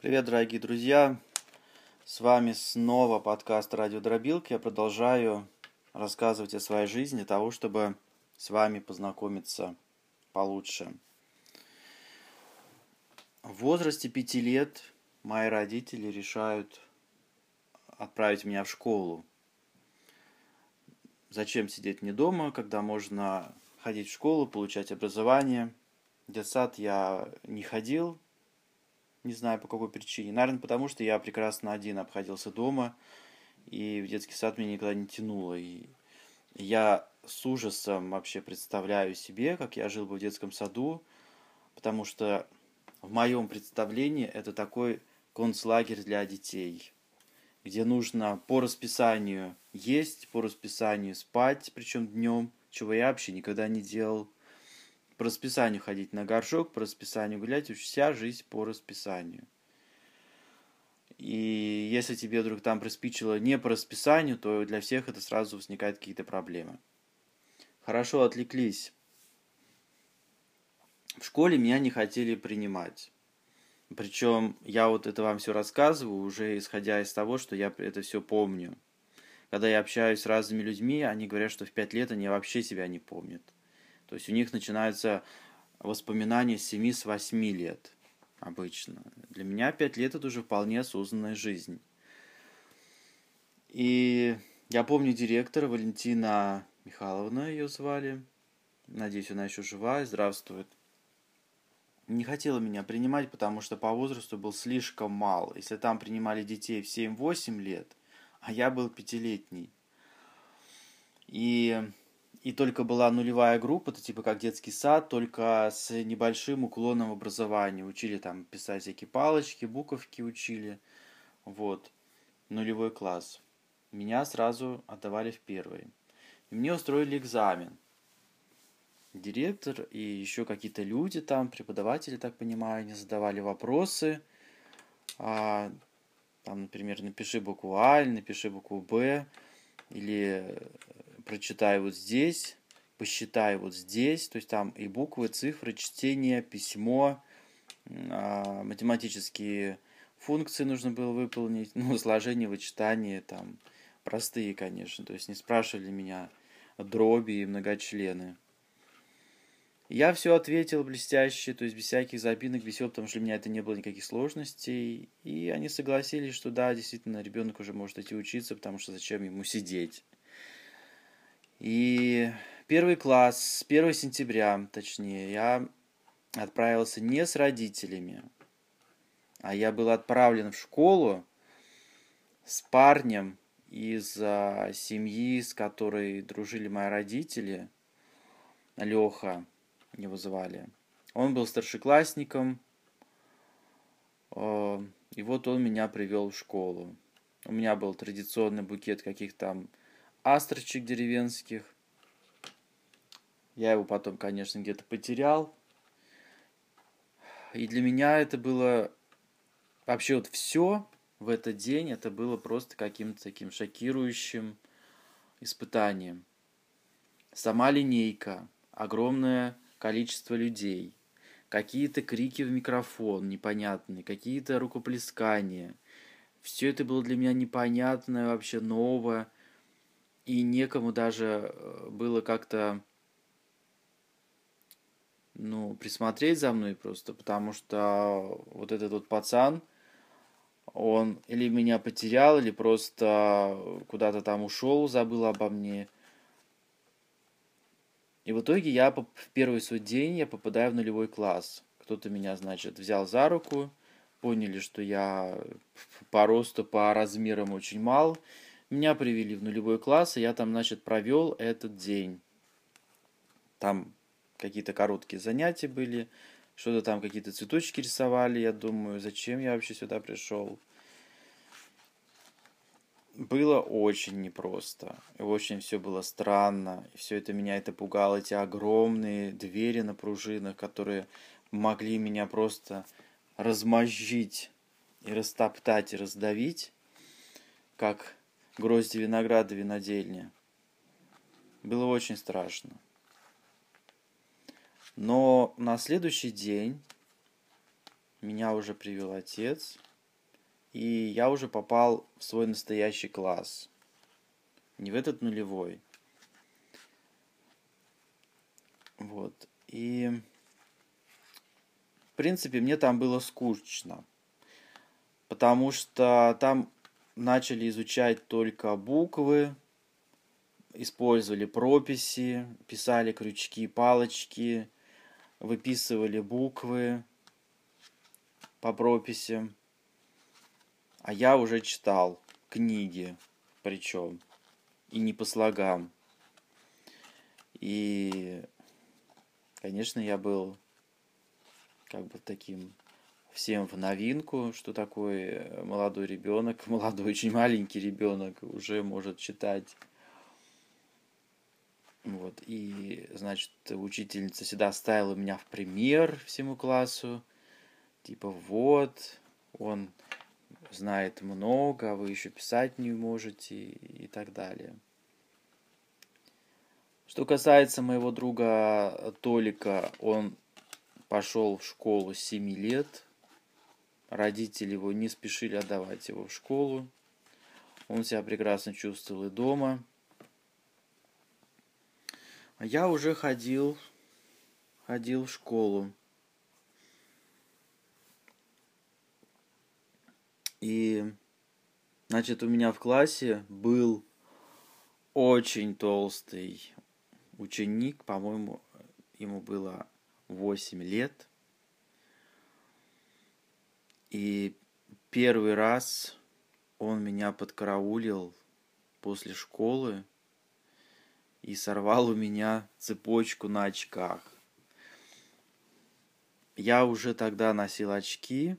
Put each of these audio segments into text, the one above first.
Привет, дорогие друзья! С вами снова подкаст «Радиодробилка». Я продолжаю рассказывать о своей жизни для того, чтобы с вами познакомиться получше. В возрасте 5 лет мои родители решают отправить меня в школу. Зачем сидеть не дома, когда можно ходить в школу, получать образование? В детсад я не ходил, не знаю по какой причине. Наверное, потому что я прекрасно один обходился дома, и в детский сад меня никогда не тянуло. И я с ужасом вообще представляю себе, как я жил бы в детском саду, потому что в моем представлении это такой концлагерь для детей, где нужно по расписанию есть, по расписанию спать, причем днем, чего я вообще никогда не делал. По расписанию ходить на горшок, по расписанию гулять, вся жизнь по расписанию. И если тебе вдруг там приспичило не по расписанию, то для всех это сразу возникают какие-то проблемы. Хорошо отвлеклись. В школе меня не хотели принимать. Причем я вот это вам все рассказываю, уже исходя из того, что я это все помню. Когда я общаюсь с разными людьми, они говорят, что в 5 лет они вообще себя не помнят. То есть у них начинаются воспоминания с 7-8 лет обычно. Для меня 5 лет это уже вполне осознанная жизнь. И я помню директора Валентина Михайловна, ее звали. Надеюсь, она еще жива и здравствует. Не хотела меня принимать, потому что по возрасту был слишком мал. Если там принимали детей в 7-8 лет, а я был 5-летний. И только была нулевая группа, это типа как детский сад, только с небольшим уклоном в образовании. Учили там писать всякие палочки, буковки учили. Вот. Нулевой класс. Меня сразу отдавали в первый. И мне устроили экзамен. Директор и еще какие-то люди там, преподаватели, так понимаю, они задавали вопросы. Там, например, напиши букву А или напиши букву Б, или прочитай вот здесь, посчитай вот здесь. То есть там и буквы, цифры, чтение, письмо, математические функции нужно было выполнить, сложение, вычитание, там, простые, конечно. То есть не спрашивали меня дроби и многочлены. Я все ответил блестяще, то есть без всяких запинок, без всего, потому что для меня это не было никаких сложностей. И они согласились, что да, действительно, ребенок уже может идти учиться, потому что зачем ему сидеть. И первый класс, с 1 сентября, точнее, я отправился не с родителями, а я был отправлен в школу с парнем из семьи, с которой дружили мои родители, Леха его звали. Он был старшеклассником, и вот он меня привел в школу. У меня был традиционный букет каких-то там астрочек деревенских. Я его потом, конечно, где-то потерял. И для меня это было вообще вот все в этот день, это было просто каким-то таким шокирующим испытанием. Сама линейка, огромное количество людей, какие-то крики в микрофон непонятные, какие-то рукоплескания. Все это было для меня непонятно, вообще новое. И некому даже было как-то, присмотреть за мной просто, потому что вот этот вот пацан, он или меня потерял, или просто куда-то там ушел, забыл обо мне. И в итоге в первый свой день я попадаю в нулевой класс. Кто-то меня, значит, взял за руку, поняли, что я по росту, по размерам очень мал. Меня привели в нулевой класс, и я там, значит, провел этот день. Там какие-то короткие занятия были, что-то там какие-то цветочки рисовали. Я думаю, зачем я вообще сюда пришел? Было очень непросто, и очень все было странно, и все это меня пугало, эти огромные двери на пружинах, которые могли меня просто размозжить и растоптать, и раздавить, как грозди винограда в винодельне. Было очень страшно. Но на следующий день меня уже привел отец, и я уже попал в свой настоящий класс. Не в этот нулевой. Вот. И, в принципе, мне там было скучно, потому что там начали изучать только буквы, использовали прописи, писали крючки, палочки, выписывали буквы по прописям. А я уже читал книги, причем, и не по слогам. И, конечно, я был как бы таким всем в новинку, что такой молодой ребенок, молодой, очень маленький ребенок уже может читать. Вот, и, значит, учительница всегда ставила меня в пример всему классу. Типа, вот, он знает много, а вы еще писать не можете и так далее. Что касается моего друга Толика, он пошел в школу с 7 лет. Родители его не спешили отдавать его в школу. Он себя прекрасно чувствовал и дома. А я уже ходил в школу. И, значит, у меня в классе был очень толстый ученик, по-моему, ему было 8 лет. И первый раз он меня подкараулил после школы и сорвал у меня цепочку на очках. Я уже тогда носил очки.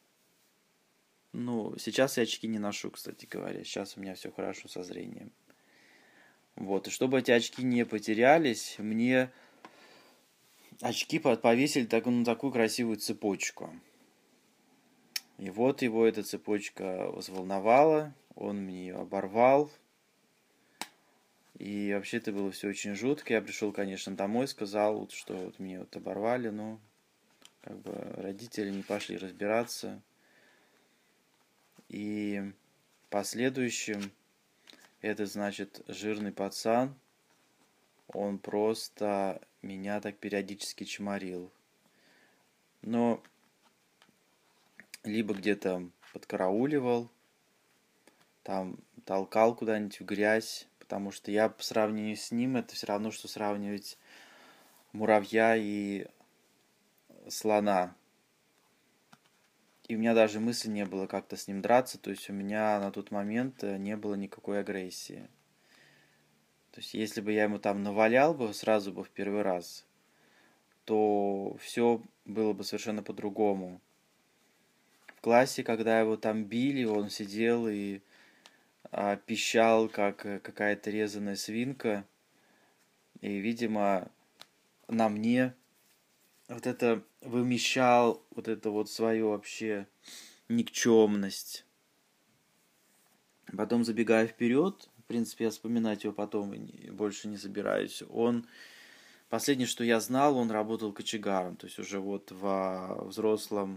Ну, сейчас я очки не ношу, кстати говоря. Сейчас у меня все хорошо со зрением. Вот, и чтобы эти очки не потерялись, мне очки повесили на такую красивую цепочку. И вот его эта цепочка взволновала, он мне ее оборвал. И вообще это было все очень жутко. Я пришел, конечно, домой, сказал, что вот мне вот оборвали, но как бы родители не пошли разбираться. И в последующем этот, значит, жирный пацан, он просто меня так периодически чморил. Но либо где-то подкарауливал, там толкал куда-нибудь в грязь, потому что я по сравнению с ним, это все равно, что сравнивать муравья и слона. И у меня даже мысли не было как-то с ним драться, то есть у меня на тот момент не было никакой агрессии. То есть если бы я ему там навалял бы сразу бы в первый раз, то все было бы совершенно по-другому. В классе, когда его там били, он сидел и пищал, как какая-то резаная свинка. И, видимо, на мне вот это вымещал вот это вот свою вообще никчемность. Потом, забегая вперед, в принципе, я вспоминать его потом больше не собираюсь. Последнее, что я знал, он работал кочегаром. То есть уже вот во взрослом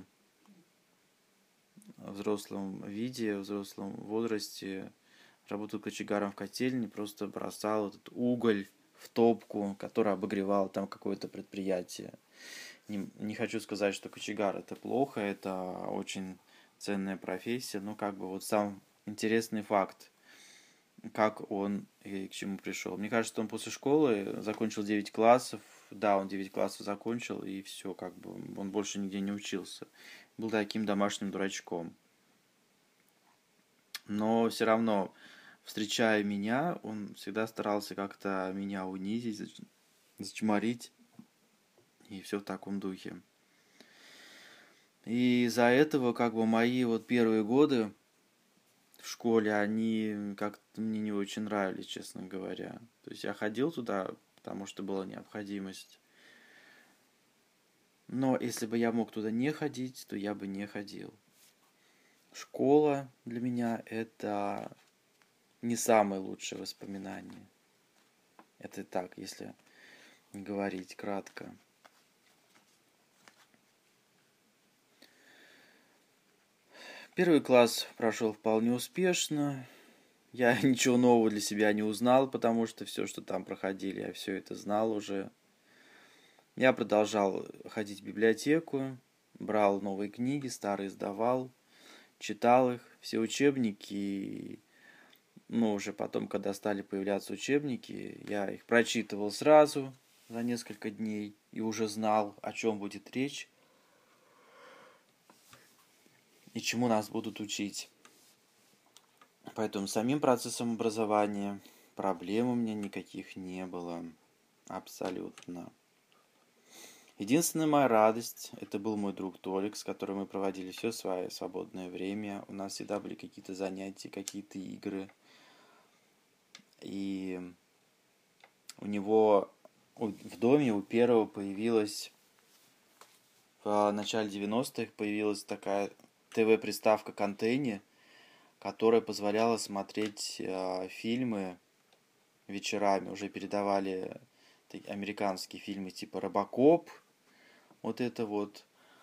виде, в взрослом возрасте работал кочегаром в котельне, просто бросал этот уголь в топку, которая обогревала там какое-то предприятие. Не хочу сказать, что кочегар это плохо, это очень ценная профессия, но как бы вот сам интересный факт, как он и к чему пришел. Мне кажется, он после школы закончил 9 классов, да, он 9 классов закончил, и все, как бы он больше нигде не учился. Был таким домашним дурачком. Но все равно, встречая меня, он всегда старался как-то меня унизить, зачморить, и все в таком духе. И из-за этого, как бы, мои вот первые годы в школе, они как-то мне не очень нравились, честно говоря. То есть я ходил туда, потому что была необходимость. Но если бы я мог туда не ходить, то я бы не ходил. Школа для меня это не самое лучшее воспоминание. Это так, если говорить кратко. Первый класс прошел вполне успешно. Я ничего нового для себя не узнал, потому что все, что там проходили, я все это знал уже. Я продолжал ходить в библиотеку, брал новые книги, старые сдавал, читал их, все учебники. Ну, уже потом, когда стали появляться учебники, я их прочитывал сразу за несколько дней и уже знал, о чем будет речь и чему нас будут учить. Поэтому самим процессом образования проблем у меня никаких не было. Абсолютно. Единственная моя радость, это был мой друг Толик, с которым мы проводили все свое свободное время. У нас всегда были какие-то занятия, какие-то игры. И у него в доме у первого появилась, в начале 90-х, появилась такая ТВ-приставка «Контейни», которая позволяла смотреть фильмы вечерами. Уже передавали американские фильмы типа «Робокоп», вот это вот,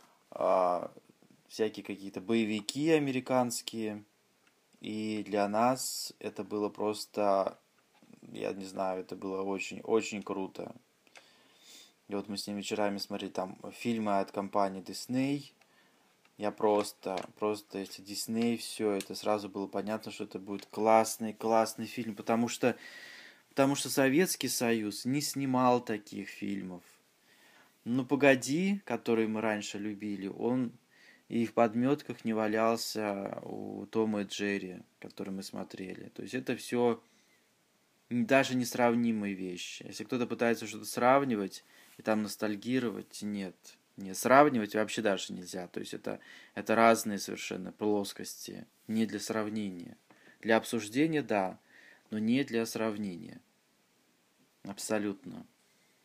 всякие какие-то боевики американские. И для нас это было просто, я не знаю, это было очень-очень круто. И вот мы с ним вечерами смотрели там фильмы от компании Disney. Я просто, если Disney, все, это сразу было понятно, что это будет классный фильм, потому что Советский Союз не снимал таких фильмов. «Ну, погоди», который мы раньше любили, он и в подметках не валялся у Тома и Джерри, который мы смотрели. То есть это все даже несравнимые вещи. Если кто-то пытается что-то сравнивать и там ностальгировать, нет. Не сравнивать вообще даже нельзя. То есть это разные совершенно плоскости. Не для сравнения. Для обсуждения, да, но не для сравнения. Абсолютно.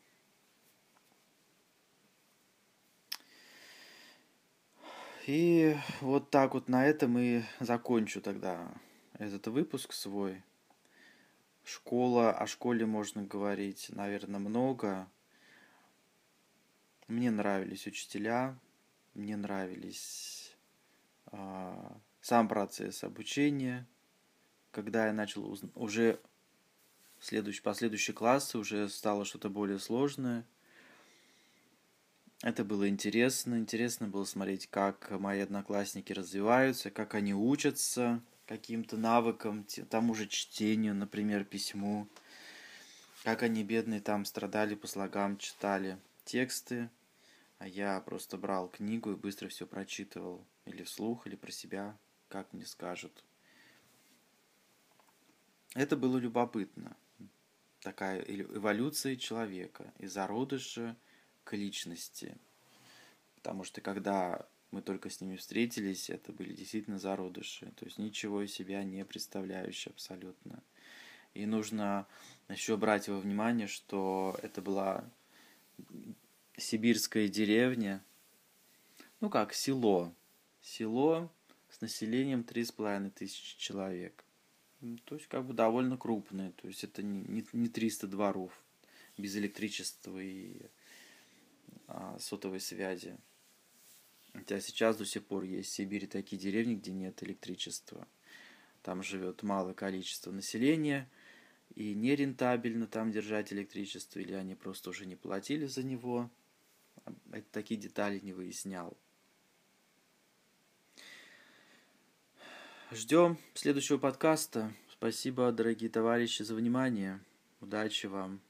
И вот так вот на этом и закончу тогда этот выпуск свой. Школа, о школе можно говорить, наверное, много. Мне нравились учителя, мне нравились сам процесс обучения. Когда я начал уже последующие классы, уже стало что-то более сложное. Это было интересно. Интересно было смотреть, как мои одноклассники развиваются, как они учатся каким-то навыкам, тому же чтению, например, письму. Как они, бедные, там страдали по слогам, читали тексты, а я просто брал книгу и быстро все прочитывал. Или вслух, или про себя, как мне скажут. Это было любопытно. Такая эволюция человека из зародыша к личности. Потому что когда мы только с ними встретились, это были действительно зародыши. То есть ничего из себя не представляющие абсолютно. И нужно еще брать во внимание, что это была сибирская деревня, ну как, село. Село с населением 3500 человек. То есть как бы довольно крупное. То есть это не 300 дворов без электричества и сотовой связи. Хотя сейчас до сих пор есть в Сибири такие деревни, где нет электричества. Там живет малое количество населения, и нерентабельно там держать электричество, или они просто уже не платили за него. Такие детали не выяснял. Ждем следующего подкаста. Спасибо, дорогие товарищи, за внимание. Удачи вам.